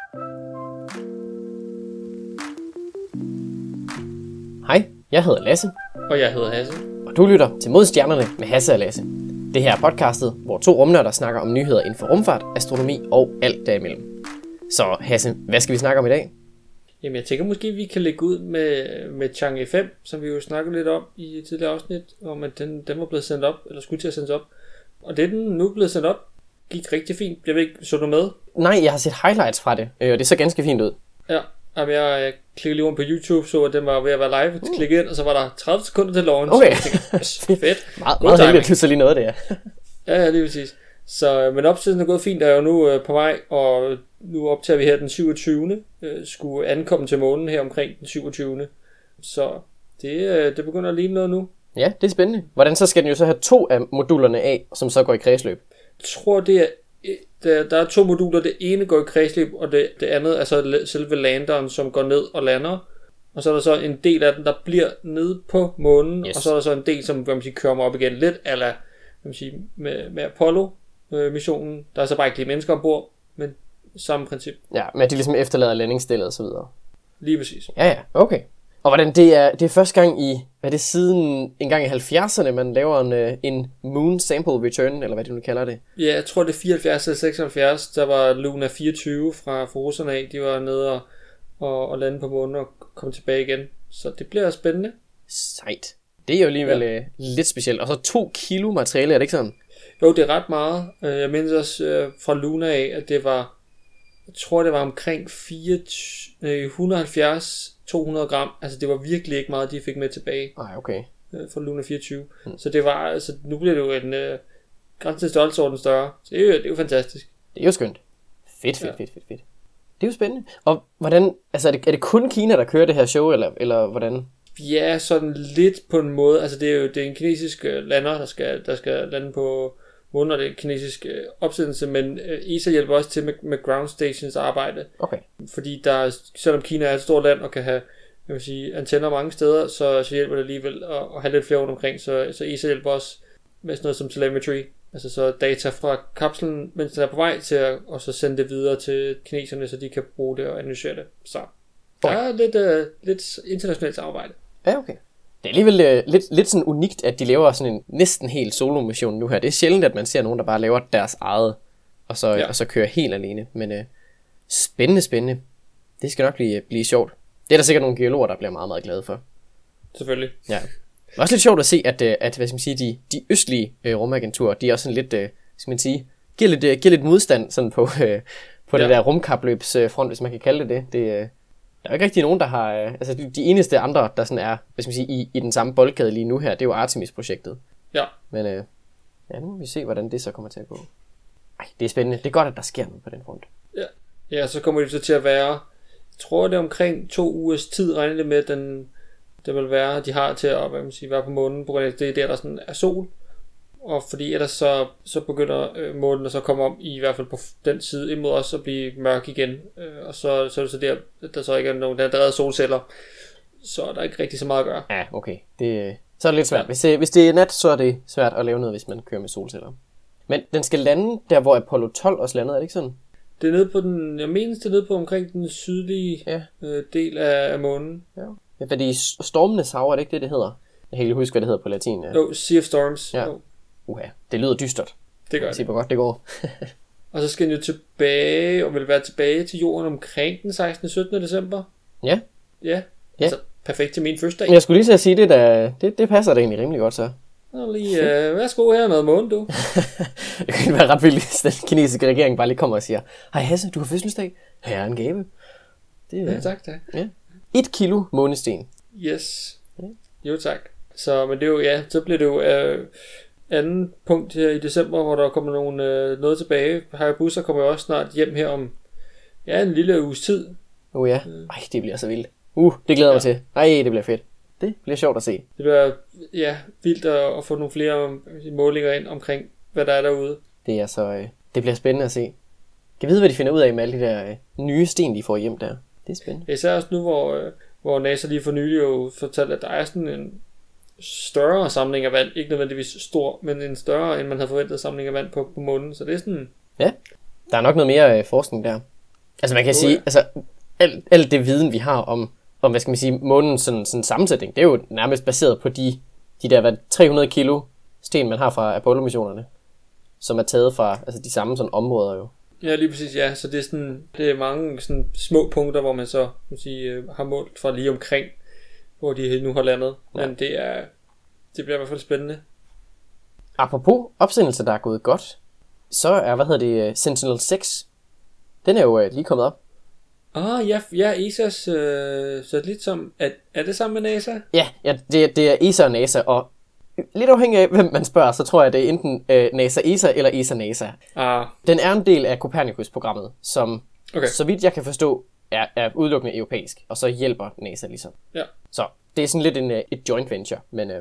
Hej, jeg hedder Lasse. Og jeg hedder Hasse. Og du lytter til Mod Stjernerne med Hasse og Lasse. Det her er podcastet, hvor to rumnørder snakker om nyheder inden for rumfart, astronomi og alt derimellem. Så Hasse, hvad skal vi snakke om i dag? Jamen jeg tænker måske, vi kan lægge ud med Chang'e 5, som vi jo snakkede lidt om i et tidligere afsnit, om at den var blevet sendt op, eller skulle til at sendes op. Og det er den nu blevet sendt op. Gik rigtig fint. Jeg ved ikke, så du med? Nej, jeg har set highlights fra det, og det så ganske fint ud. Ja, jeg klikkede lige rundt på YouTube, så at den var ved at være live. Jeg klikkede ind, og så var der 30 sekunder til launch. Okay. Fedt. meget heldigt, at du så lige noget af det, ja. Ja, det er præcis. Så, men opsættelsen er gået fint, der er jo nu på vej, og nu optager vi her den 27. Skulle ankomme til månen her omkring den 27. Så det begynder at ligne noget nu. Ja, det er spændende. Hvordan så skal den jo så have 2 af modulerne af, som så går i kredsløb? Jeg tror, det er der er 2 moduler. Det ene går i kredsløb, og det andet er så selve landeren, som går ned og lander. Og så er der så en del af den, der bliver nede på månen, yes. Og så er der så en del, som kører mig op igen lidt, eller med Apollo-missionen. Der er så bare ikke lige mennesker ombord, men samme princip. Ja, men at de ligesom efterlader landingsstillet og så videre. Lige præcis. Ja, okay. Og hvordan det er første gang i, hvad er det, siden en gang i 70'erne, man laver en Moon Sample Return, eller hvad det nu kalder det? Ja, jeg tror det er 74 eller 76, der var Luna 24 fra russerne af, de var nede og lande på månen og kom tilbage igen. Så det bliver spændende. Sejt. Det er jo alligevel lidt specielt. Og så 2 kilo materiale, er det ikke sådan? Jo, det er ret meget. Jeg mindes også fra Luna af, at det var, jeg tror det var omkring 170-200 gram. Altså det var virkelig ikke meget, de fik med tilbage. Nej, okay. Fra Luna 24. Så det var, altså nu bliver det jo en grænse størrelsesorden større. Så det er jo fantastisk. Det er jo skønt. Fedt. Det er jo spændende. Og hvordan, altså er det kun Kina, der kører det her show, eller hvordan? Ja, sådan lidt på en måde. Altså det er en kinesisk lander, der skal lande på månen, og det er en kinesisk opsættelse, men ESA hjælper også til med ground stations arbejde. Okay. Fordi selvom Kina er et stort land og kan have antenner mange steder, så hjælper det alligevel at have lidt flere rundt omkring, så ESA hjælper også med sådan noget som telemetry, altså så data fra kapslen, mens den er på vej til at og så sende det videre til kineserne, så de kan bruge det og analysere det. Så der er lidt internationalt samarbejde. Ja, okay. Det er alligevel lidt sådan unikt, at de laver sådan en næsten helt solo-mission nu her. Det er sjældent, at man ser nogen, der bare laver deres eget, og så kører helt alene. Men spændende. Det skal nok blive sjovt. Det er der sikkert nogle geologer, der bliver meget, meget glade for. Selvfølgelig. Ja. Det er også lidt sjovt at se, at hvad skal man sige, de østlige rumagenturer, de er også sådan lidt, skal man sige, giver lidt modstand sådan på det der rumkapløbsfront, hvis man kan kalde det det. Der er ikke rigtig nogen, der har, altså de eneste andre, der sådan er, hvad skal man sige, i den samme boldgade lige nu her, det er jo Artemis-projektet. Ja. Men nu må vi se, hvordan det så kommer til at gå. Ej, det er spændende. Det er godt, at der sker noget på den front. Ja, så kommer det så til at være, jeg tror det er omkring 2 ugers tid, regner det med, at det vil være, de har til at være på månen, på grund af det der sådan er sol. Og fordi ellers så begynder månen at så komme om, i hvert fald på den side, imod os at blive mørk igen. Og så er det så der så ikke er nogen, der er solceller. Så er der ikke rigtig så meget at gøre. Ja, okay. Så er det lidt svært. Ja. Hvis det er nat, så er det svært at lave noget, hvis man kører med solceller. Men den skal lande der, hvor Apollo 12 også landede, er det ikke sådan? Det er nede på jeg mener, det er nede på omkring den sydlige del af månen. Ja, fordi Stormenes hav, er det ikke det hedder? Jeg kan ikke huske, hvad det hedder på latin. Jo, Sea of Storms. Ja. Det lyder dystert. Det gør det. Se, hvor godt det går. Og så skal den jo tilbage, og vil være tilbage til jorden omkring den 16. 17. december. Ja. Ja. Altså, perfekt til min fødselsdag. Jeg skulle lige så sige, det passer da egentlig rimelig godt så. Og lige, værsgo her noget måne, du. Det kunne være ret vildt, hvis den kinesiske regering bare lige kommer og siger, hej Hasse, du har fødselsdag. Her er en gave. Ja, tak. Ja. 1 kilo månesten. Yes. Jo, tak. Så, men det er jo, så bliver det jo anden punkt her i december, hvor der kommer noget tilbage. Hayabusa kommer jo også snart hjem her om en lille uges tid. Ja. Ej, det bliver så vildt. Det glæder mig til. Ej, det bliver fedt. Det bliver sjovt at se. Det bliver vildt at få nogle flere målinger ind omkring, hvad der er derude. Det er så det bliver spændende at se. Kan vide, hvad de finder ud af med alle de der nye sten, de får hjem der. Det er spændende. Især også nu, hvor NASA lige for nylig jo fortalte, at der er sådan en større samling af vand. Ikke nødvendigvis stor, men en større, end man havde forventet samling af vand på månen. Så det er sådan... Ja, der er nok noget mere forskning der. Altså man kan sige, altså alt det viden, vi har om hvad skal man sige, månens sådan sammensætning, det er jo nærmest baseret på de der 300 kilo sten, man har fra Apollo-missionerne, som er taget fra altså de samme sådan områder jo. Ja, lige præcis, ja. Så det er mange sådan små punkter, hvor man så kan sige, har målt fra lige omkring, hvor de nu har landet. Ja. Men det bliver i hvert fald spændende. Apropos opsendelser, der er gået godt, så er, Sentinel-6, den er jo lige kommet op. Ja, ESA's satellit, som er det sammen med NASA? Ja, det er ESA og NASA, og lidt afhængig af, hvem man spørger, så tror jeg, det er enten NASA-ESA eller ESA-NASA. Den er en del af Copernicus-programmet, som, så vidt jeg kan forstå, er udelukkende europæisk, og så hjælper NASA ligesom. Ja. Så det er sådan lidt et joint venture, men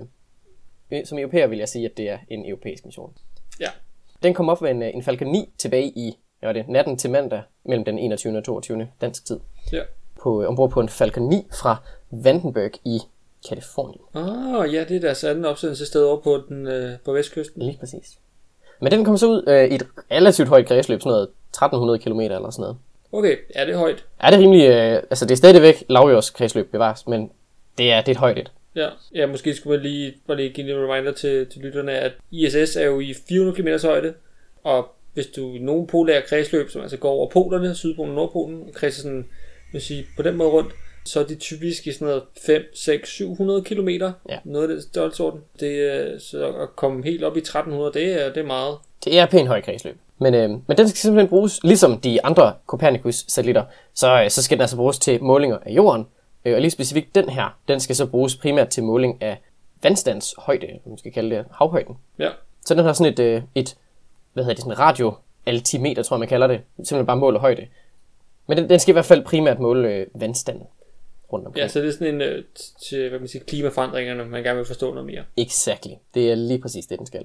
som europæer vil jeg sige, at det er en europæisk mission. Ja. Den kom op ved en Falcon 9 tilbage i natten til mandag, mellem den 21. og 22. dansk tid. Ja. Ombord på en Falcon 9 fra Vandenberg i Californien. Ja, det er deres anden opsendelsessted over på vestkysten. Lige præcis. Men den kom så ud i et relativt højt kredsløb, sådan noget 1300 km eller sådan noget. Okay, er det højt? Er det rimelig, altså det er stadigvæk lavjords kredsløb bevares, men det er et højt et. Ja, måske skulle man lige give en reminder til lytterne, at ISS er jo i 400 km højde, og hvis du i nogle polære kredsløb, som altså går over polerne, Sydpolen og Nordpolen, og kredser sådan, vil sige, på den måde rundt, så er de typisk i sådan noget 5, 6, 700 kilometer. Ja. Noget af det størrelsesorden. Så at komme helt op i 1300, det er meget. Det er pænt højt kredsløb. Men den skal simpelthen bruges, ligesom de andre Copernicus-satellitter, så skal den altså bruges til målinger af jorden. Og lige specifikt den her, den skal så bruges primært til måling af vandstandshøjde, man skal kalde det havhøjden. Ja. Så den har sådan et sådan radioaltimeter, tror jeg man kalder det. Simpelthen bare måler højde. Men den skal i hvert fald primært måle vandstanden rundt omkring. Ja, så det er sådan en til hvad man siger, klimaforandringerne, man gerne vil forstå noget mere. Exactly. Det er lige præcis det, den skal.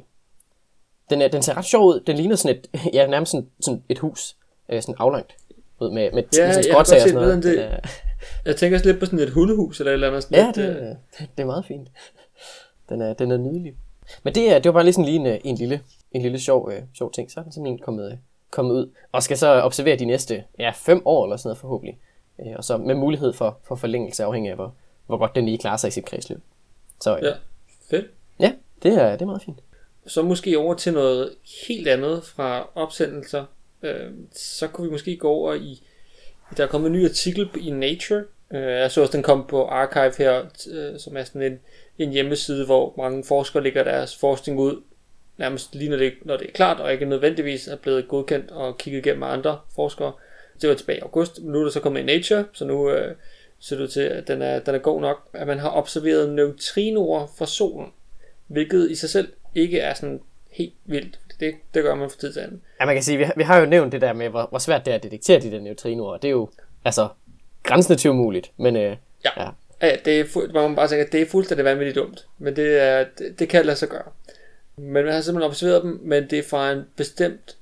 Den ser ret sjov ud. Den ligner sådan nærmest sådan et hus, sådan aflangt ud med skråtag og sådan noget. Det. Jeg tænker også lidt på sådan et hundehus eller et eller andet. Ja, det er meget fint. Den er nydelig. Men det var bare lige en lille sjov ting. Så er den simpelthen kommet ud. Og skal så observere de næste 5 år eller sådan noget forhåbentlig. Og så med mulighed for forlængelse afhængig af, hvor godt den lige klarer sig i sit kredsløb. Så, ja, fedt. Ja, det er meget fint. Så måske over til noget helt andet fra opsendelser. Så kunne vi måske gå over i... Der er kommet en ny artikel i Nature. Jeg så også, den kom på Archive her, som er sådan en hjemmeside, hvor mange forskere lægger deres forskning ud. Nærmest lige når det er klart, og ikke nødvendigvis er blevet godkendt og kigget igennem af andre forskere. Det var tilbage i august. Nu er der så kommet i Nature, så nu ser det ud til, at den er god nok. At man har observeret neutrinoer fra solen, hvilket i sig selv ikke er sådan helt vildt. Det gør man for tid til anden. Ja, man kan sige, vi har jo nævnt det der med, hvor svært det er at detektere de der neutrinoer. Det er jo altså grænsende til umuligt. Men ja, man må bare sige, at det er fuldstændig vanvittigt dumt. Men det kan lade sig gøre. Men man har simpelthen observeret dem, men det er fra en bestemt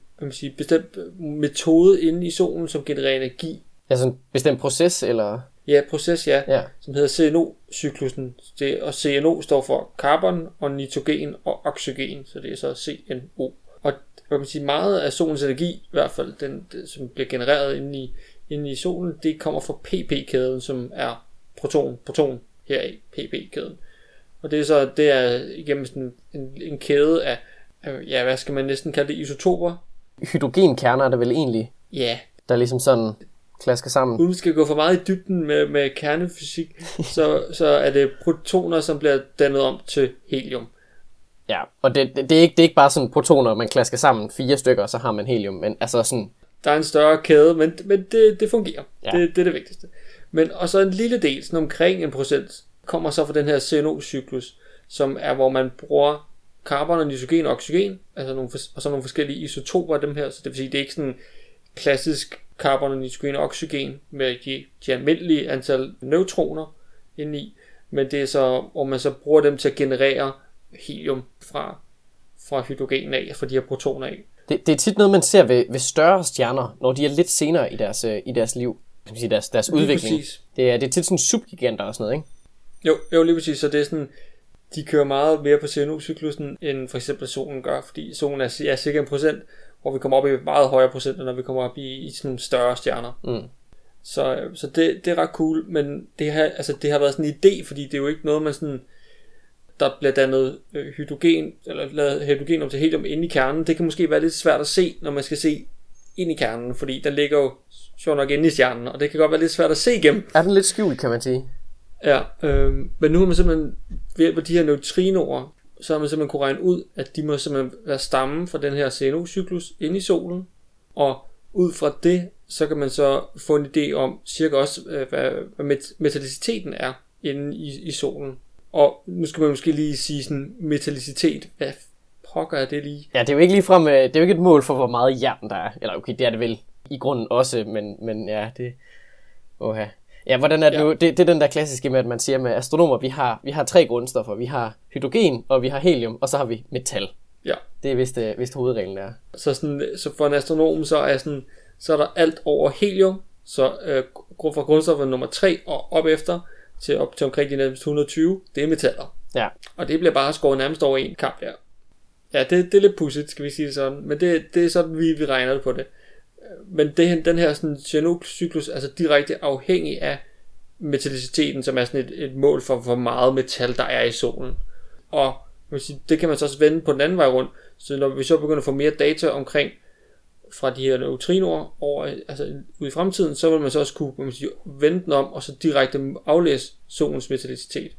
metode inde i solen, som genererer energi. Altså en bestemt proces, eller? Ja, proces, ja. Som hedder CNO-cyklusen. Og CNO står for carbon og nitrogen og oxygen, så det er så CNO. Og hvad man siger, meget af solens energi, i hvert fald den som bliver genereret inde i solen, det kommer fra pp-kæden, som er proton heraf, pp-kæden. Og det er igennem sådan en kæde af, hvad skal man næsten kalde det, isotoper. Hydrogenkerner er det vel egentlig? Ja. Der ligesom sådan klasker sammen. Uden vi skal gå for meget i dybden med kernefysik, så er det protoner, som bliver dannet om til helium. Ja, og det er ikke bare sådan protoner, man klasker sammen 4 stykker, så har man helium, men altså sådan... Der er en større kæde, men det fungerer. Ja. Det er det vigtigste. Men og så en lille del, sådan omkring 1%, kommer så fra den her CNO-cyklus, som er, hvor man bruger carbon og nitrogen og oxygen, og så nogle forskellige isotoper af dem her, så det vil sige, det er ikke sådan klassisk carbon og nitrogen og oxygen med de almindelige antal neutroner indeni, men det er så, hvor man så bruger dem til at generere helium fra hydrogen af, fra de her protoner af. Det er tit noget, man ser ved større stjerner, når de er lidt senere i deres liv, deres udvikling. Det er tit sådan subgiganter og sådan noget, ikke? Jo, lige præcis. Så det er sådan, de kører meget mere på CNO-cyklusen, end for eksempel solen gør, fordi solen er cirka 1%, hvor vi kommer op i meget højere procenter, når vi kommer op i sådan nogle større stjerner. Så det er ret cool, men det har været sådan en idé, fordi det er jo ikke noget, man sådan, der bliver dannet hydrogen, eller lavet hydrogen om til helium inde i kernen. Det kan måske være lidt svært at se, når man skal se ind i kernen, fordi den ligger jo sjovt nok inde i stjernen, og det kan godt være lidt svært at se igennem. Er den lidt skjult, kan man sige? Ja, men nu har man simpelthen ved hjælp af de her neutrinoer, så har man simpelthen kunne regne ud, at de må simpelthen være stammen fra den her CNO-cyklus inde i solen, og ud fra det, så kan man så få en idé om cirka også, hvad metalliciteten er inde i solen. Og nu skal man måske lige sige sådan, metallicitet, hvad pokker er det lige? Ja, det er jo ikke ligefrem, det er jo ikke et mål for, hvor meget jern der er. Eller okay, det er det vel i grunden også, men ja, det... Oha. Ja, hvordan er det nu? Det er den der klassiske med, at man siger med astronomer, vi har 3 grundstoffer. Vi har hydrogen, og vi har helium, og så har vi metal. Ja. Det er vist hovedreglen er. Så for en astronom, så er der alt over helium, så fra grundstoffet nummer 3 og op til omkring de nærmest 120, det er metaller. Ja. Og det bliver bare skåret nærmest over en kamp der. Ja, det er lidt pudsigt, skal vi sige det sådan, men det er sådan, vi regner på det. Men den her sådan CNO-cyklus er altså direkte afhængig af metalliciteten, som er sådan et mål for, hvor meget metal der er i solen. Og det kan man så også vende på den anden vej rundt. Så når vi så begynder at få mere data omkring fra de her neutrinoer over, altså ud i fremtiden, så vil man så også kunne vende den om og så direkte aflæse solens metallicitet.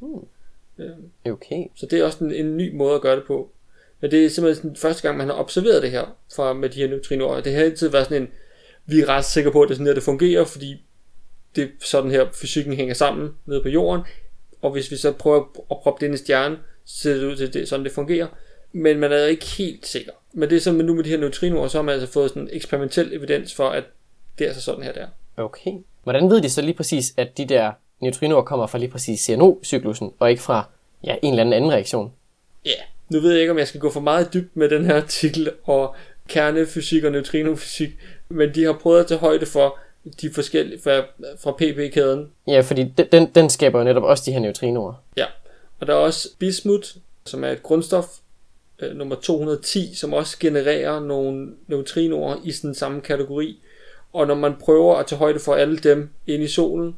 Okay. Så det er også en ny måde at gøre det på. Men det er simpelthen den første gang, man har observeret det her med de her neutrinoer. Det har altid været sådan en, vi er ret sikre på, at det er sådan her, det fungerer, fordi det er sådan her, fysikken hænger sammen nede på jorden. Og hvis vi så prøver at proppe det ind i stjernen, så ser det ud til, det sådan det fungerer. Men man er ikke helt sikker. Men det er som nu med de her neutrinoer, så har man altså fået sådan eksperimentel evidens for, at det er altså sådan her der. Okay. Hvordan ved de så lige præcis, at de der neutrinoer kommer fra lige præcis CNO-cyklusen, og ikke fra en eller anden reaktion? Ja, nu ved jeg ikke, om jeg skal gå for meget dybt med den her artikel og kernefysik og neutrinofysik, men de har prøvet at tage højde for de forskellige fra pp-kæden. Ja, fordi den skaber jo netop også de her neutrinoer. Ja, og der er også bismut, som er et grundstof, nummer 210, som også genererer nogle neutrinoer i den samme kategori. Og når man prøver at tage højde for alle dem inde i solen,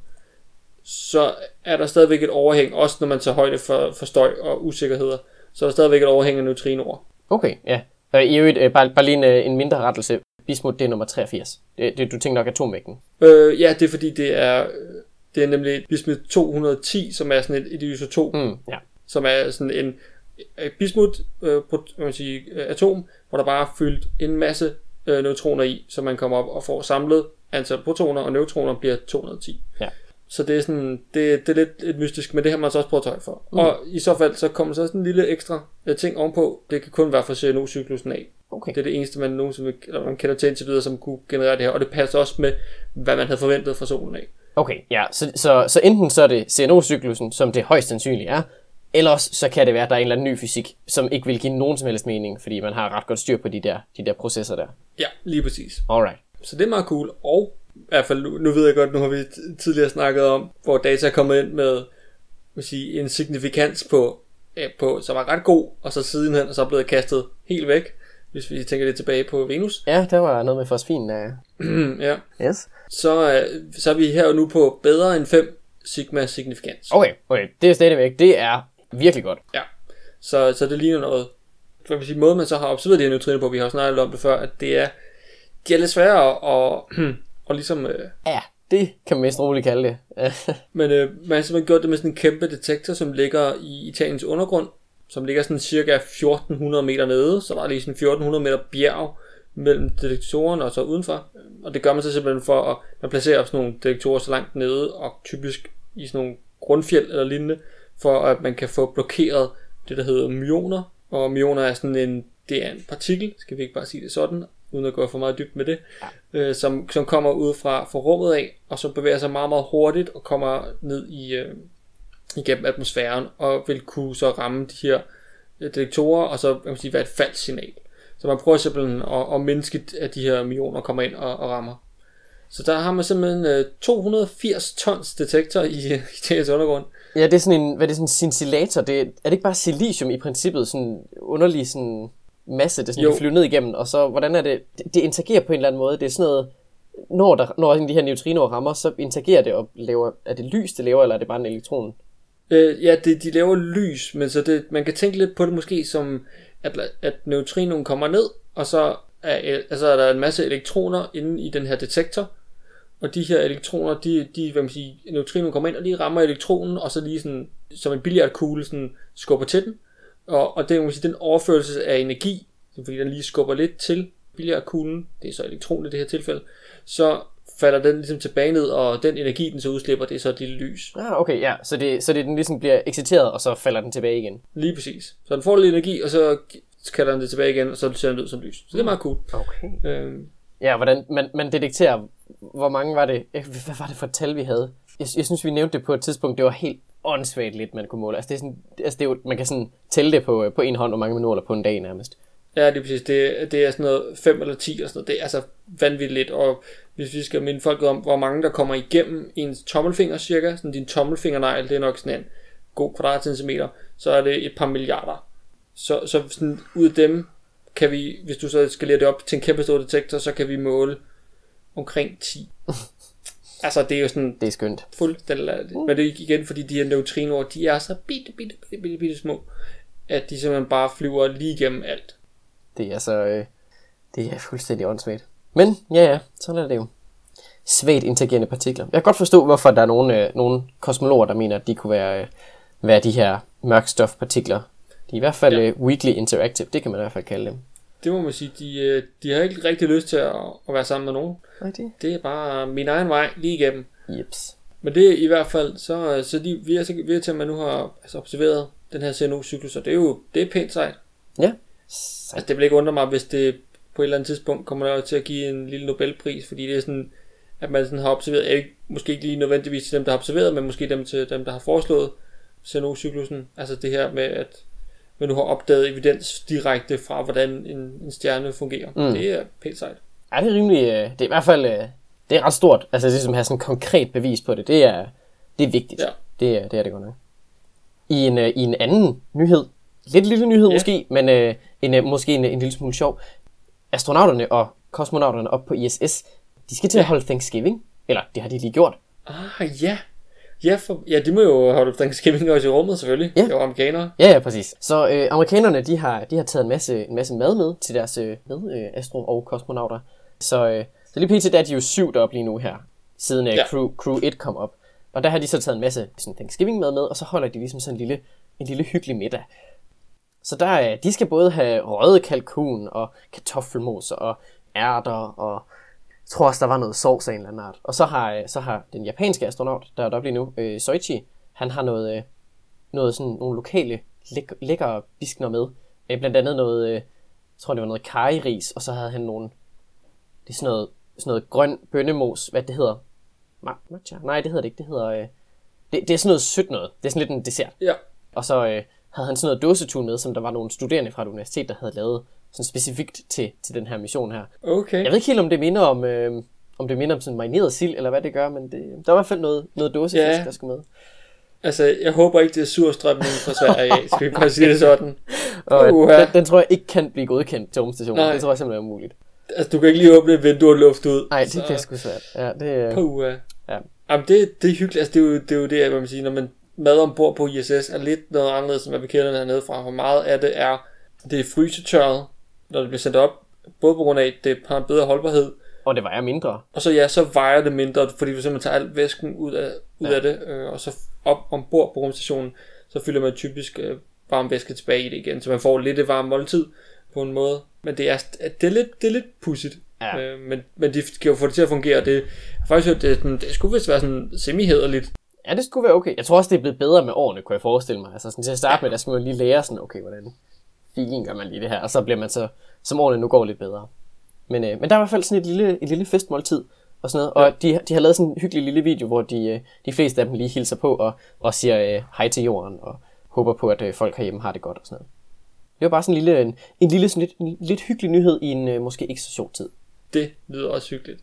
så er der stadigvæk et overhæng, også når man tager højde for støj og usikkerheder, så er der stadigvæk et overhæng af neutrinoer. Okay, ja. Og i øvrigt, bare lige en mindre rettelse. Bismut, det er nummer 83. Du tænker nok atommængden. Ja, det er fordi, det er nemlig bismut 210, som er sådan et isotop, som er sådan en bismut atom, hvor der bare er fyldt en masse neutroner i, så man kommer op og får samlet antal protoner, og neutroner bliver 210. Ja. Så det er sådan, det er lidt et mystisk, men det har man så også prøvet at tage for. Og i så fald, så kommer så sådan en lille ekstra ting ovenpå. Det kan kun være fra CNO-cyklusen af. Okay. Det er det eneste, man kender til indtil videre, som kunne generere det her. Og det passer også med, hvad man havde forventet fra solen af. Okay, ja. Så enten så er det CNO-cyklusen, som det højst sandsynligt er, eller også så kan det være, at der er en eller anden ny fysik, som ikke vil give nogen som helst mening, fordi man har ret godt styr på de der processer der. Ja, lige præcis. Alright. Så det er meget cool, og i hvert fald, nu ved jeg godt, nu har vi tidligere snakket om, hvor data er kommet ind med en signifikans på, som er ret god, og så sidenhen er så blevet kastet helt væk, hvis vi tænker lidt tilbage på Venus. Ja, der var noget med fosfin. Ja. Yes. Så er vi her nu på bedre end 5 sigma signifikans. Okay, det er stadigvæk, det er virkelig godt. Ja, så det ligner noget. For måden man så har observeret de her neutriner på, vi har snakket om det før, at de er lidt sværere og ligesom... Ja, det kan man mest roligt kalde det. Men man har simpelthen gjort det med sådan en kæmpe detektor, som ligger i Italiens undergrund, som ligger sådan cirka 1400 meter nede, så der er lige sådan 1400 meter bjerg mellem detektoren og så udenfor. Og det gør man så simpelthen for at placere sådan nogle detektorer så langt nede, og typisk i sådan nogle grundfjeld eller lignende, for at man kan få blokeret det, der hedder myoner. Og myoner er sådan det er en partikel, skal vi ikke bare sige det sådan, uden at gå for meget dybt med det, som kommer ud fra rummet af, og så bevæger sig meget, meget hurtigt, og kommer ned igennem atmosfæren, og vil kunne så ramme de her detektorer, og så være et falsk signal. Så man prøver simpelthen at mindske, at de her myoner kommer ind og rammer. Så der har man simpelthen 280 tons detektor i Italiens undergrund. Ja, det er sådan en, hvad er det, sådan en scintillator? Er det ikke bare silicium i princippet, sådan underlig sådan... masse, det sådan, kan flyve ned igennem, og så, hvordan er det, det interagerer på en eller anden måde, det er sådan noget, når de her neutrinoer rammer, så interagerer det og laver, er det lys, det laver, eller er det bare en elektron? Ja, de laver lys, men så man kan tænke lidt på det måske som, at neutrinoen kommer ned, og så er der en masse elektroner inde i den her detektor, og de her elektroner, hvad man siger, neutrinoen kommer ind, og de rammer elektronen, og så lige sådan, som en billiardkugle, sådan skubber til den, og det er, man sige, den overførelse af energi, fordi den lige skubber lidt til billiardkuglen, det er så elektron i det her tilfælde, så falder den ligesom tilbage ned, og den energi, den så udslipper, det er så et lille lys. Okay, ja, så det den ligesom bliver exciteret, og så falder den tilbage igen. Lige præcis. Så den får lidt energi, og så kalder den det tilbage igen, og så ser den ud som lys. Så det er meget cool. Okay. Ja, hvordan man detekterer, hvor mange var det, hvad var det for et tal, vi havde? Jeg synes, vi nævnte det på et tidspunkt, det var helt åndssvagt lidt, man kunne måle. Altså, det er jo, man kan sådan tælle det på en hånd, hvor mange man måler på en dag nærmest. Ja, det er præcis. Det er sådan noget 5 eller 10 og sådan noget. Det er altså vanvittigt lidt, og hvis vi skal minde folk om, hvor mange der kommer igennem ens tommelfinger cirka, sådan din tommelfingernegl, det er nok sådan en god kvadratcentimeter, så er det et par milliarder. Så sådan ud af dem kan vi, hvis du så skalerer det op til en kæmpe stor detektor, så kan vi måle omkring 10. Altså det er jo sådan, det er skønt. Fuldstændig. Men det er igen, fordi de her neutrinoer, de er så bitte små, at de simpelthen bare flyver lige igennem alt. Det er så, det er fuldstændig åndssvagt. Men ja, sådan er det jo. Svagt interagerende partikler. Jeg kan godt forstå, hvorfor der er nogle kosmologer, der mener, at de kunne være de her mørkstofpartikler. De er i hvert fald weakly interactive, det kan man i hvert fald kalde dem. Det må man sige, de har ikke rigtig lyst til at være sammen med nogen. Okay. Det er bare min egen vej lige igennem. Jeps. Men det er i hvert fald, så vi er til, at man nu har observeret den her CNO-cyklus, og det er pænt sejt. Ja. Altså det vil ikke undre mig, hvis det på et eller andet tidspunkt kommer der til at give en lille Nobelpris, fordi det er sådan, at man sådan har observeret, måske ikke lige nødvendigvis til dem, der har observeret, men måske dem til dem, der har foreslået CNO-cyklusen. Altså det her med, at man nu har opdaget evidens direkte fra, hvordan en stjerne fungerer. Det er pænt sejt. Ja, det er rimelig, det er i hvert fald, det er ret stort. Altså det som at have sådan en konkret bevis på det, det er vigtigt. Ja. Det er det godt nok. I en anden nyhed, lidt lille nyhed måske, men måske en lille smule sjov. Astronauterne og kosmonauterne op på ISS, de skal til at holde Thanksgiving. Eller det har de lige gjort. Ja. Ja, de må jo holde Thanksgiving også i rummet selvfølgelig. Ja. Det er jo amerikanere. Ja, præcis. Så amerikanerne, de har taget en masse mad med til deres astro- og kosmonauter. Så lige pt. Der er de jo 7 deroppe lige nu her, siden Crew 1 kom op. Og der har de så taget en masse sådan Thanksgiving mad med, og så holder de ligesom sådan en lille hyggelig middag. Så de skal både have røget kalkun og kartoffelmos og ærter og jeg tror også der var noget sovs af en eller anden art. Og så har den japanske astronaut, der er deroppe lige nu, Soichi, han har noget sådan nogle lokale lækre biskner med. Blandt andet noget, jeg tror det var noget kariris, og så havde han nogle, det er sådan noget grøn bønnemos, hvad det hedder? Matcha? Nej, det hedder det ikke. Det hedder, det er sådan noget sødt noget. Det er sådan lidt en dessert. Ja. Og så havde han sådan noget dåsetun med, som der var nogle studerende fra et universitet, der havde lavet sådan specifikt til den her mission her. Okay. Jeg ved ikke helt, om det minder om sådan marineret sild, eller hvad det gør, men der er i hvert fald noget dåsefisk, der skal med. Altså, jeg håber ikke, det er surstrømning fra Sverige af. Skal vi bare sige det sådan? Den tror jeg ikke kan blive godkendt til rumstationen. Det tror jeg simpelthen er umuligt. Altså, du kan ikke lige åbne et vindue og luft ud. Nej, det bliver sgu svært. Ja, ja. Jamen, det er hyggeligt. Altså, det er jo det, hvad man siger, når man mad ombord på ISS er lidt noget anderledes, end hvad vi kender hernede fra. Hvor meget af det er frysetørret, når det bliver sendt op. Både på grund af, at det har en bedre holdbarhed. Og det vejer mindre. Og så vejer det mindre, fordi du simpelthen tager al væsken ud af det, og så op ombord på rumstationen, så fylder man typisk varm væske tilbage i det igen, så man får lidt et varmt måltid på en måde. Men det er lidt pudsigt. Ja. Men de skal jo få det til at fungere. Det har faktisk hørt, det skulle vist være sådan semi-hæderligt. Ja, det skulle være okay. Jeg tror også, det er blevet bedre med årene, kunne jeg forestille mig. Altså sådan til at starte med, der skal man lige lære sådan, okay, hvordan filen gør man lige det her, og så bliver man så, som årene nu går lidt bedre. Men der er i hvert fald sådan et lille festmåltid og sådan noget, og de har lavet sådan en hyggelig lille video, hvor de fleste af dem lige hilser på og siger hej til jorden og håber på, at folk herhjemme har det godt og sådan noget. Det var bare sådan en lille sådan lidt hyggelig nyhed i en måske ikke så sjov tid. Det lyder også hyggeligt.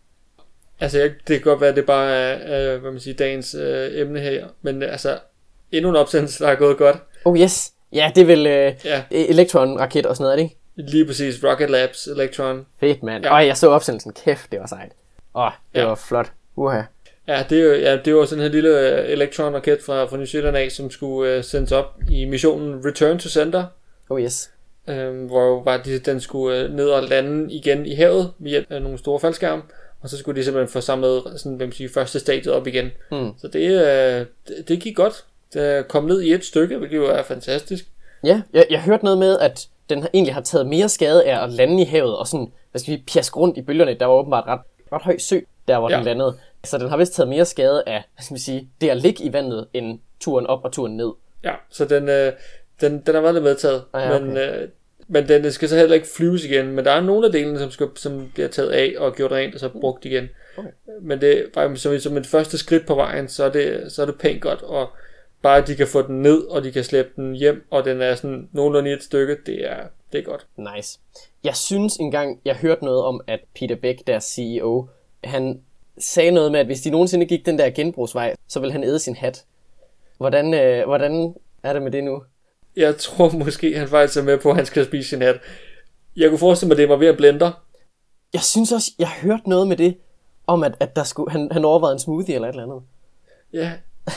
Altså det kan godt være, at det bare er hvad man siger, dagens emne her, men altså endnu en opsendelse, der er gået godt. Oh yes, ja det er vel elektronraket og sådan noget, er det ikke? Lige præcis, Rocket Labs Electron. Fedt, mand. Ja. Jeg så opsendelsen. Kæft, det var sejt. Det var flot. Ja, det var sådan en lille Electron-raket fra New Zealand af, som skulle sendes op i missionen Return to Sender. Oh yes. Hvor den skulle ned og lande igen i havet ved hjælp af nogle store faldskærme, og så skulle de simpelthen få samlet sådan, hvad man siger, første stadiet op igen. Så det gik godt. Det kom ned i et stykke, hvilket jo er fantastisk. Ja, jeg hørte noget med, at den egentlig har taget mere skade af at lande i havet og sådan, hvad skal vi, pjaske rundt i bølgerne. Der var åbenbart ret høj sø, der hvor den landede. Så den har vist taget mere skade af, hvad skal vi sige, det at ligge i vandet, end turen op og turen ned. Ja, så den har været lidt medtaget. Okay. Men den skal så heller ikke flyves igen. Men der er nogle af delene, som bliver taget af og gjort rent og så brugt igen. Okay. Men det er som et første skridt på vejen, så er det pænt godt. Og bare at de kan få den ned, og de kan slæbe den hjem, og den er sådan nogenlunde i et stykke, det er godt. Nice. Jeg synes engang, jeg hørte noget om, at Peter Beck, deres CEO, han sagde noget med, at hvis de nogensinde gik den der genbrugsvej, så ville han æde sin hat. Hvordan er det med det nu? Jeg tror måske, han faktisk er med på, at han skal spise sin hat. Jeg kunne forestille mig, at det var ved at blender. Jeg synes også, jeg hørte noget med det, om at der skulle, han overvejede en smoothie eller et eller andet. Ja,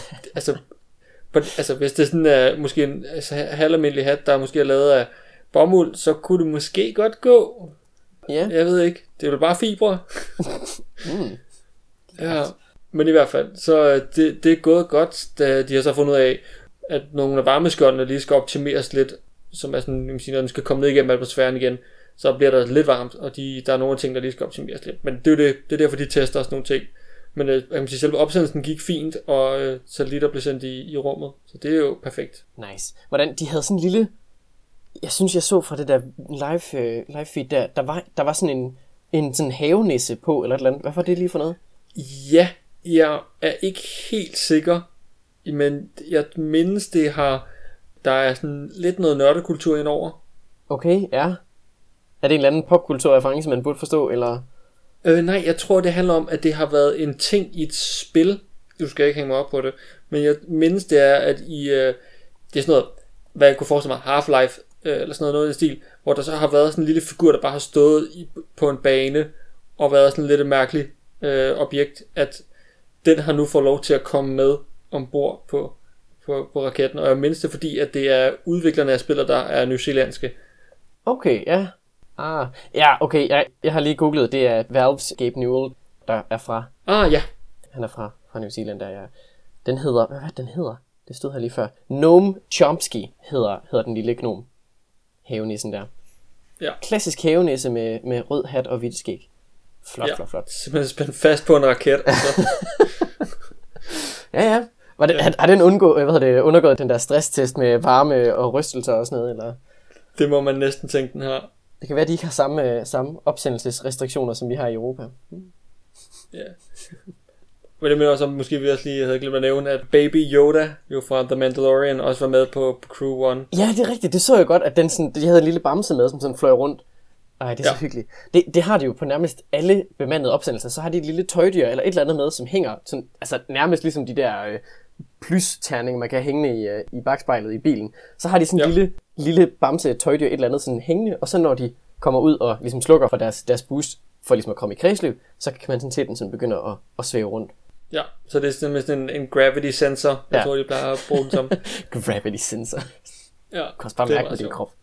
altså hvis det sådan er måske en halvalmindelig hat, der måske er lavet af bomuld, så kunne det måske godt gå. Ja. Jeg ved ikke. Det er vel bare fibre. Ja, men i hvert fald, så det er gået godt, da de har så fundet ud af, at nogle af varmeskjoldene lige skal optimeres lidt, som er sådan, når den skal komme ned igennem atmosfæren igen, så bliver der lidt varmt, og der er nogle ting, der lige skal optimeres lidt. Men det er derfor, de tester også nogle ting. Men jeg kan sige, selve opsendelsen gik fint, og satellitter blev sendt i rummet, så det er jo perfekt. Nice. Hvordan, de havde sådan en lille, jeg synes jeg så fra det der live feed der var sådan en sådan havenisse på, eller et eller andet. Hvad var det lige for noget? Ja, jeg er ikke helt sikker, men jeg mindes der er sådan lidt noget nørdekultur indover. Okay, ja. Er det en eller anden popkulturreference, man burde forstå, eller? Nej, jeg tror det handler om, at det har været en ting i et spil. Du skal ikke hænge mig op på det, men jeg mindes det er, at det er sådan noget, hvad jeg kunne forestille mig, Half-Life, eller sådan noget i stil, hvor der så har været sådan en lille figur, der bare har stået på en bane, og været sådan lidt et mærkeligt objekt, at den har nu fået lov til at komme med ombord på raketten, og jeg mindes det, fordi at det er udviklerne af spiller, der er newzealandske. Okay, ja. Ja, okay, jeg har lige googlet, det er Valves Gabe Newell, der er fra. Ja. Han er fra New Zealand, der er. Den hedder, hvad den hedder? Det stod her lige før. Noam Chomsky hedder den lille gnom. Havenissen der. Ja. Klassisk havenisse med rød hat og hvidt skæg. Flot. Simpelthen spændt fast på en raket. Altså. Ja. Har den undergået den der stresstest med varme og rystelser og sådan noget, eller? Det må man næsten tænke, den har. Det kan være, at de ikke har samme opsendelsesrestriktioner, som vi har i Europa. Ja. Men det mener også, om måske vi også lige havde glemt at nævne, at Baby Yoda, jo fra The Mandalorian, også var med på Crew 1. Ja, det er rigtigt. Det så jeg godt, at de havde en lille bamse med, som sådan fløj rundt. Ej, det er så hyggeligt. Det har de jo på nærmest alle bemandede opsendelser. Så har de et lille tøjdyr eller et eller andet med, som hænger sådan, altså nærmest ligesom de der plysterninger, man kan hænge i bagspejlet i bilen. Så har de sådan en lille bamse tøjdyr, et eller andet sådan hængende, og så når de kommer ud og ligesom slukker for deres boost, for ligesom at komme i kredsløb, så kan man sådan se den sådan begynder at svæve rundt. Ja, så det er simpelthen en gravity sensor, jeg tror de plejer at bruge den som. Gravity sensor. Ja. Du kan også bare mærke med din krop.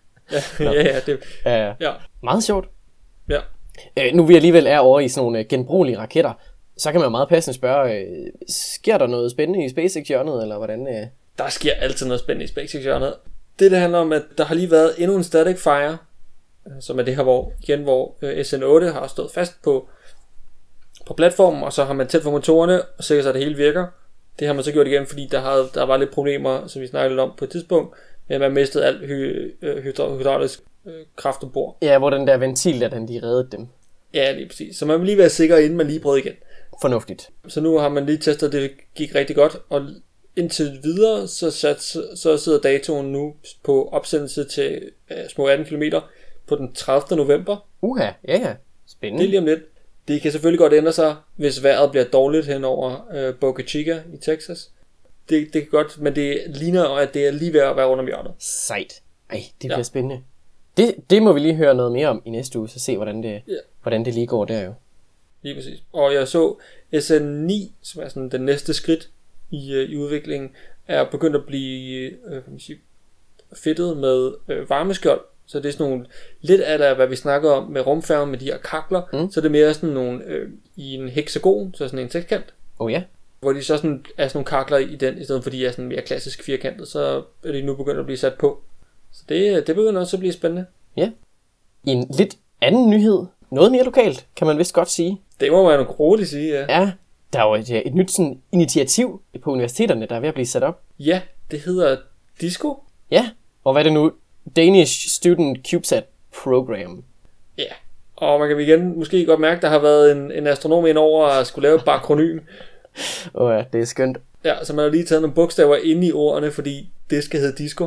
Ja. Meget sjovt. Ja. Nu vi alligevel er over i sådan nogle genbrugelige raketter, så kan man jo meget passende spørge, sker der noget spændende i SpaceX-hjørnet, eller hvordan? Der sker altid noget spændende i SpaceX-hjørnet. Det handler om, at der har lige været endnu en static fire, som er det her, hvor SN8 har stået fast på platformen, og så har man tændt for motorerne, og sikret sig, at det hele virker. Det har man så gjort igen, fordi der var lidt problemer, som vi snakkede lidt om på et tidspunkt, med at man mistede alt hydraulisk kraft ombord. Ja, hvor den der ventil, de reddede dem. Ja, lige præcis. Så man vil lige være sikker, inden man lige prøvede igen. Fornuftigt. Så nu har man lige testet, at det gik rigtig godt, og indtil videre, så sidder datoen nu på opsendelse til små 18 km på den 30. november. Ja. Spændende. Det er lige om lidt. Det kan selvfølgelig godt ændre sig, hvis vejret bliver dårligt hen over Boca Chica i Texas. Det kan godt, men det ligner, at det er lige ved at være rundt om hjørnet. Sejt. Ej, det bliver spændende. Det må vi lige høre noget mere om i næste uge, så se, hvordan det lige går der jo. Lige præcis. Og jeg så SN9, som er sådan den næste skridt i udviklingen, er begyndt at blive fedtet med varmeskjold. Så det er sådan nogle, lidt af det, hvad vi snakker om med rumfærgen med de her kakler, så det er mere sådan nogle i en hexagon, så sådan en sekskant. Ja. Hvor de så sådan, er sådan nogle kakler i den, i stedet for de er sådan mere klassisk firkantet, så er de nu begyndt at blive sat på. Så det begynder også at blive spændende. Ja. I en lidt anden nyhed, noget mere lokalt, kan man vist godt sige. Det må man jo roligt sige, ja. Ja, der er jo et nyt sådan, initiativ på universiteterne, der er ved at blive sat op. Ja, det hedder DISCO. Ja, og hvad er det nu? Danish Student CubeSat Program. Ja, og man kan igen måske godt mærke, der har været en astronom ind over at skulle lave et bakronym. Ja, det er skønt. Ja, så man har lige taget nogle bogstaver ind i ordene, fordi det skal hedde DISCO.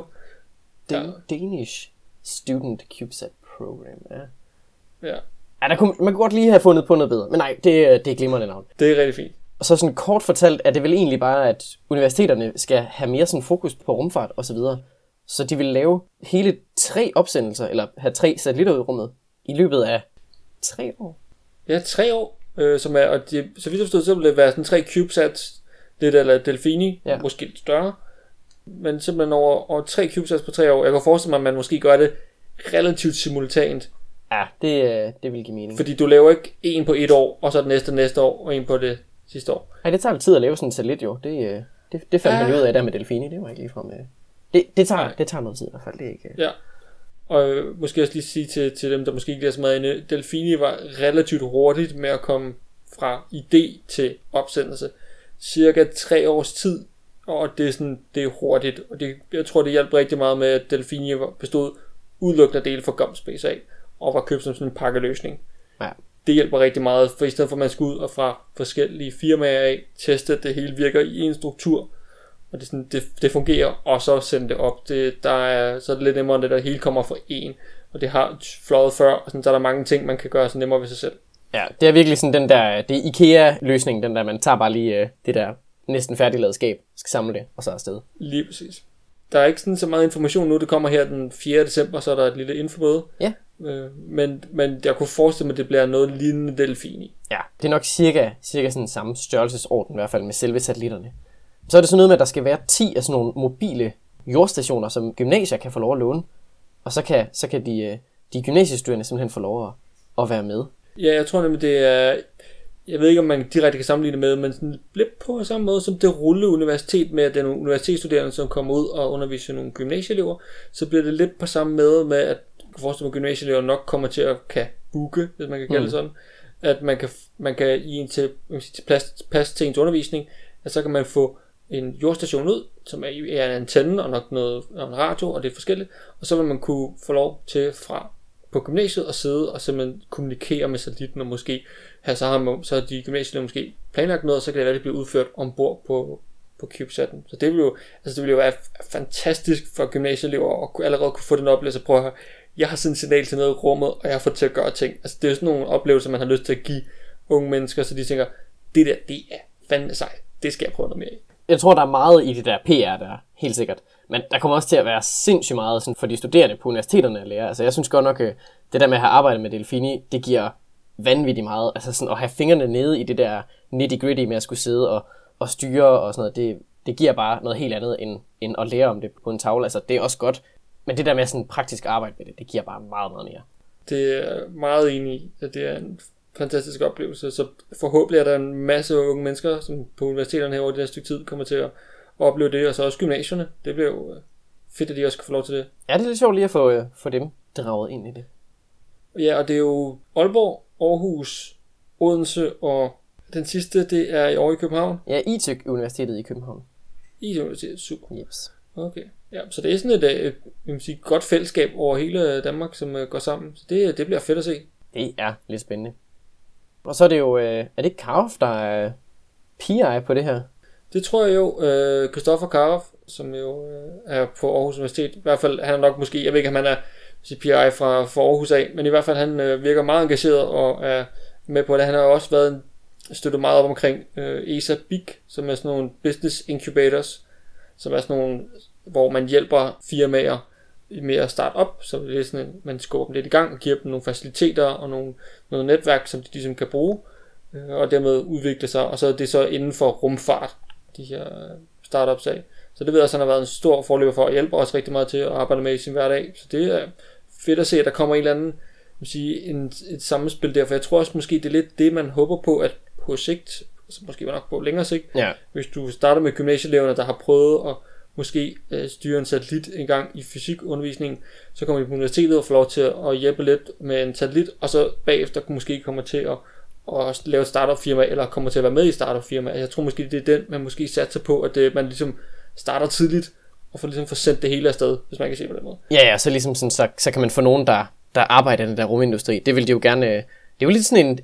Danish Student CubeSat Program, ja. Ja. Ja, man kunne godt lige have fundet på noget bedre, men nej, det er glimrende navn. Det er rigtig fint. Og så sådan kort fortalt er det vel egentlig bare, at universiteterne skal have mere sådan fokus på rumfart og så videre. Så de vil lave hele 3 opsendelser, eller have 3 satellitter ud i rummet, i løbet af 3 år. Ja, 3 år, som er, og de, så vidt jeg forstod, så vil det være sådan 3 CubeSats, lidt eller Delfini, måske lidt større, men simpelthen over 3 CubeSats på 3 år. Jeg kan forestille mig, at man måske gør det relativt simultant. Ja, det vil give mening. Fordi du laver ikke en på 1 år, og så den næste år, og en på det sidste år. Nej, det tager tid at lave sådan en satellit jo. Det fandt man ud af der med Delfini, det var ikke ligefrem med. Det tager noget tid i hvert fald, det er ikke. Ja. Og måske også lige sige til dem, der måske ikke er så meget inde, Delfini var relativt hurtigt med at komme fra idé til opsendelse. Cirka 3 års tid, og det er hurtigt. Og jeg tror, det hjalp rigtig meget med, at Delfini bestod udelukkende af dele fra GomSpace af, og var købt som sådan en pakkeløsning. Ja. Det hjælper rigtig meget, for i stedet for at man skal ud og fra forskellige firmaer af, teste, at det hele virker i en struktur, og det fungerer, og så sende det op. Så er det lidt nemmere, at det der hele kommer fra en, og det har fløjet før, og sådan, så er der mange ting, man kan gøre så nemmere ved sig selv. Ja, det er virkelig sådan det er IKEA-løsningen, den der, man tager bare lige det der næsten færdiglavet skab, skal samle det, og så afsted. Lige præcis. Der er ikke sådan så meget information nu, det kommer her den 4. december, så er der et lille infomøde. Ja. Men jeg kunne forestille mig, at det bliver noget lignende Delfini. Ja, det er nok cirka sådan samme størrelsesorden, i hvert fald med selve satellitterne. Så er det sådan noget med, at der skal være 10 af sådan nogle mobile jordstationer, som gymnasier kan få lov at låne. Og så kan de gymnasiestuderende simpelthen få lov at være med. Ja, jeg tror nemlig, det er... Jeg ved ikke, om man direkte kan sammenligne det med, men sådan lidt på samme måde som det rulle universitet med, at det er nogle universitetsstuderende, som kommer ud og underviser nogle gymnasieelever, så bliver det lidt på samme måde med, at at gymnasieelever nok kommer til at kan booke, hvis man kan kalde det sådan, at man kan i en til plads til ens undervisning, at så kan man få en jordstation ud, som er en antenne og nok noget og en radio, og det er forskelligt, og så vil man kunne få lov til fra på gymnasiet og sidde og simpelthen kommunikere med satellitten, og måske så har de gymnasierne måske planlagt noget, og så kan det være, det bliver udført ombord på CubeSatten. Så det vil jo være fantastisk for gymnasieelever at allerede kunne få den oplevelse. Prøv at høre, jeg har sendt signal til noget i rummet, og jeg har fået til at gøre ting. Altså det er jo sådan nogle oplevelser, man har lyst til at give unge mennesker, så de tænker, det der, det er fandme sejt. Det skal jeg prøve noget mere i. Jeg tror, der er meget i det der PR der, helt sikkert. Men der kommer også til at være sindssygt meget sådan, for de studerende på universiteterne at lære. Altså jeg synes godt nok, det der med at have arbejdet med Delfini, det giver vanvittigt meget. Altså sådan at have fingrene nede i det der nitty-gritty med at skulle sidde og styre og sådan noget, det giver bare noget helt andet end at lære om det på en tavle. Altså det er også godt, men det der med sådan praktisk arbejde med det giver bare meget, meget mere. Det er meget enig i, at det er en fantastisk oplevelse, så forhåbentlig er der en masse unge mennesker, som på universiteterne her over det her stykke tid kommer til at opleve det, og så også gymnasierne. Det bliver jo fedt, at de også kan få lov til det. Ja, det er lidt sjovt lige at få dem draget ind i det. Ja, og det er jo Aalborg, Aarhus, Odense, og den sidste, det er i år i København. Ja, ITÜK Universitetet i København. ITÜK Universitetet, super. Jeps. Okay, ja, så det er sådan et godt fællesskab over hele Danmark, som går sammen. Så det bliver fedt at se. Det er lidt spændende. Og så er det jo, er det ikke Karof, der er PI på det her? Det tror jeg jo. Christoffer Karof, som jo er på Aarhus Universitet. I hvert fald, han er nok måske, jeg ved ikke, om han er PI fra Aarhus af, men i hvert fald, han virker meget engageret og er med på det. Han har også været støttet meget op omkring ESA BIG, som er sådan nogle business incubators, som er sådan nogle, hvor man hjælper firmaer mere start-up, så det er sådan, man skubber dem lidt i gang og giver dem nogle faciliteter og noget netværk, som de ligesom kan bruge, og dermed udvikle sig, og så er det så inden for rumfart, de her startups af. Så det ved jeg, at han har været en stor forløber for, at hjælpe os rigtig meget til at arbejde med i sin hverdag. Så det er fedt at se, at der kommer en eller anden, et sammenspil der, for jeg tror også måske, det er lidt det, man håber på, at på sigt, altså måske nok på længere sigt, hvis du starter med gymnasieeleverne, der har prøvet at måske styre en satellit en gang i fysikundervisningen, så kommer de på universitetet og får lov til at hjælpe lidt med en satellit, og så bagefter måske kommer til at lave et startup-firma, eller kommer til at være med i et startup-firma. Jeg tror måske, det er den, man måske satser på, at man ligesom starter tidligt, og får ligesom sendt det hele afsted, hvis man kan se på den måde. Ja, så ligesom sådan, så kan man få nogen, der arbejder i den der rumindustri. Det vil de jo gerne, det er jo lidt sådan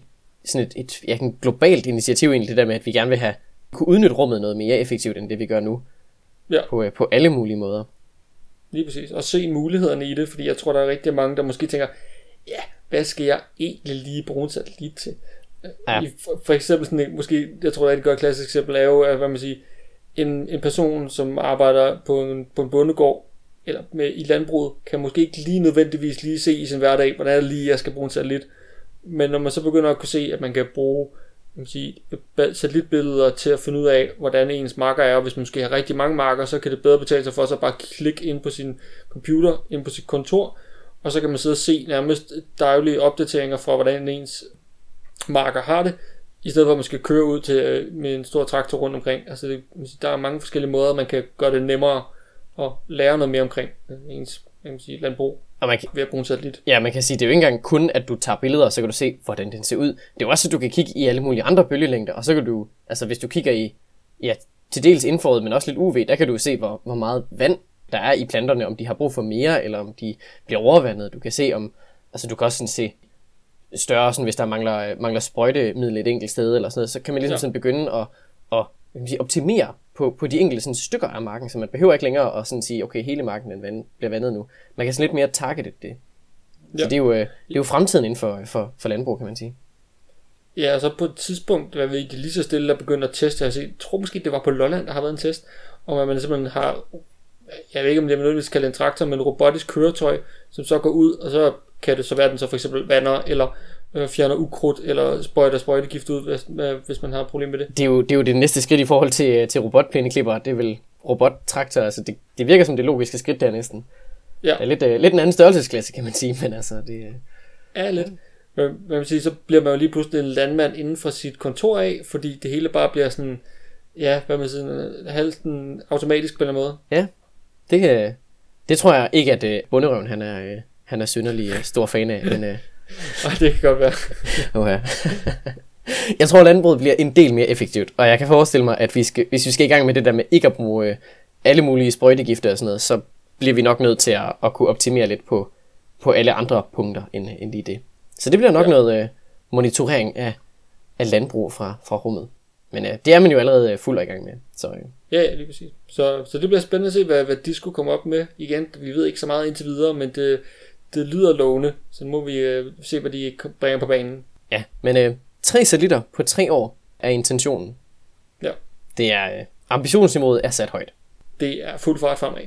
et globalt initiativ egentlig, det der med, at vi gerne vil kunne udnytte rummet noget mere effektivt, end det vi gør nu. Ja. På alle mulige måder. Lige præcis. Og se mulighederne i det, fordi jeg tror, der er rigtig mange, der måske tænker, ja, hvad skal jeg egentlig lige bruge en satellit til? Ja. For eksempel sådan, måske, jeg tror, det er et godt klassisk eksempel, er jo, hvad man siger, en person, som arbejder på en bondegård, eller i landbruget, kan måske ikke lige nødvendigvis lige se i sin hverdag, hvordan er det lige, jeg skal bruge en satellit. Men når man så begynder at kunne se, at man kan bruge satellitbilleder til at finde ud af, hvordan ens marker er, og hvis man skal have rigtig mange marker, så kan det bedre betale sig for sig bare klikke ind på sin computer, ind på sit kontor, og så kan man sidde og se nærmest daglige opdateringer fra, hvordan ens marker har det, i stedet for at man skal køre ud med en stor traktor rundt omkring. Altså der er mange forskellige måder, man kan gøre det nemmere at lære noget mere omkring ens landbrug. Og ved at bruge en satellit. Ja, man kan sige, det er jo ikke engang kun, at du tager billeder, og så kan du se, hvordan den ser ud. Det er jo også, at du kan kigge i alle mulige andre bølgelængder, og så kan du, altså hvis du kigger i, til dels infrarødt, men også lidt UV, der kan du se, hvor meget vand der er i planterne, om de har brug for mere, eller om de bliver overvandet. Du kan se om, altså du kan også sådan se større, sådan, hvis der mangler sprøjtemiddel et enkelt sted, eller sådan noget, så kan man ligesom sådan begynde at optimere på de enkelte sådan, stykker af marken, så man behøver ikke længere at sådan sige, okay, hele marken bliver vandet nu. Man kan sådan lidt mere targeted det. Ja. Så det er jo fremtiden inden for landbrug, kan man sige. Ja, og så på et tidspunkt, hvad ved I, det lige så stille, der begyndte at teste, jeg tror måske, det var på Lolland, der har været en test, om at man simpelthen har, jeg ved ikke, om det er nødvendigvis kaldt en traktor, men robotisk køretøj, som så går ud, og så kan det så være, den så for eksempel vander, eller fjerner ukrudt, eller sprøjtegift ud, hvis man har et problem med det. Det er jo det næste skridt i forhold til robotplæneklipper. Det er vel robottraktor, altså det virker som det logiske skridt der næsten. Ja. Det er lidt en anden størrelsesklasse, kan man sige, men altså det... Ja, lidt. Men man vil sige, så bliver man jo lige pludselig en landmand inden for sit kontor af, fordi det hele bare bliver sådan, ja, hvad man siger, halsen automatisk på en eller anden måde. Ja, det tror jeg ikke, at Bonderøven, han er synderlig stor fan af, men... det kan godt være. Okay. Jeg tror, at landbruget bliver en del mere effektivt, og jeg kan forestille mig, at hvis vi skal i gang med det der med ikke at bruge alle mulige sprøjtegifte og sådan noget, så bliver vi nok nødt til at kunne optimere lidt på alle andre punkter end lige det. Så det bliver nok noget monitorering af landbrug fra rummet. Men det er man jo allerede fuld af i gang med. Så, Ja, lige præcis. Så det bliver spændende at se, hvad de skulle komme op med. Igen, vi ved ikke så meget indtil videre, men det lyder lovende, så nu må vi se, hvad de bringer på banen. Ja, men 3 satellitter på 3 år er intentionen. Ja. Det er ambitionsniveauet er sat højt. Det er fuld fart fremad.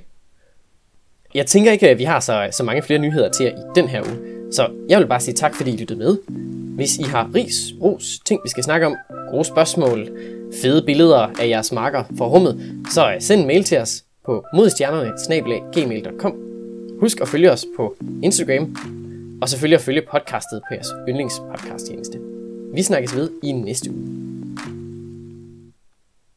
Jeg tænker ikke, at vi har så mange flere nyheder til jer i den her uge. Så jeg vil bare sige tak, fordi I lyttede med. Hvis I har ris, ros, ting vi skal snakke om, gode spørgsmål, fede billeder af jeres marker fra rummet, så send en mail til os på modstjernerne@gmail.com. Husk at følge os på Instagram, og selvfølgelig at følge podcastet på jeres yndlingspodcast-tjeneste. Vi snakkes ved i næste uge.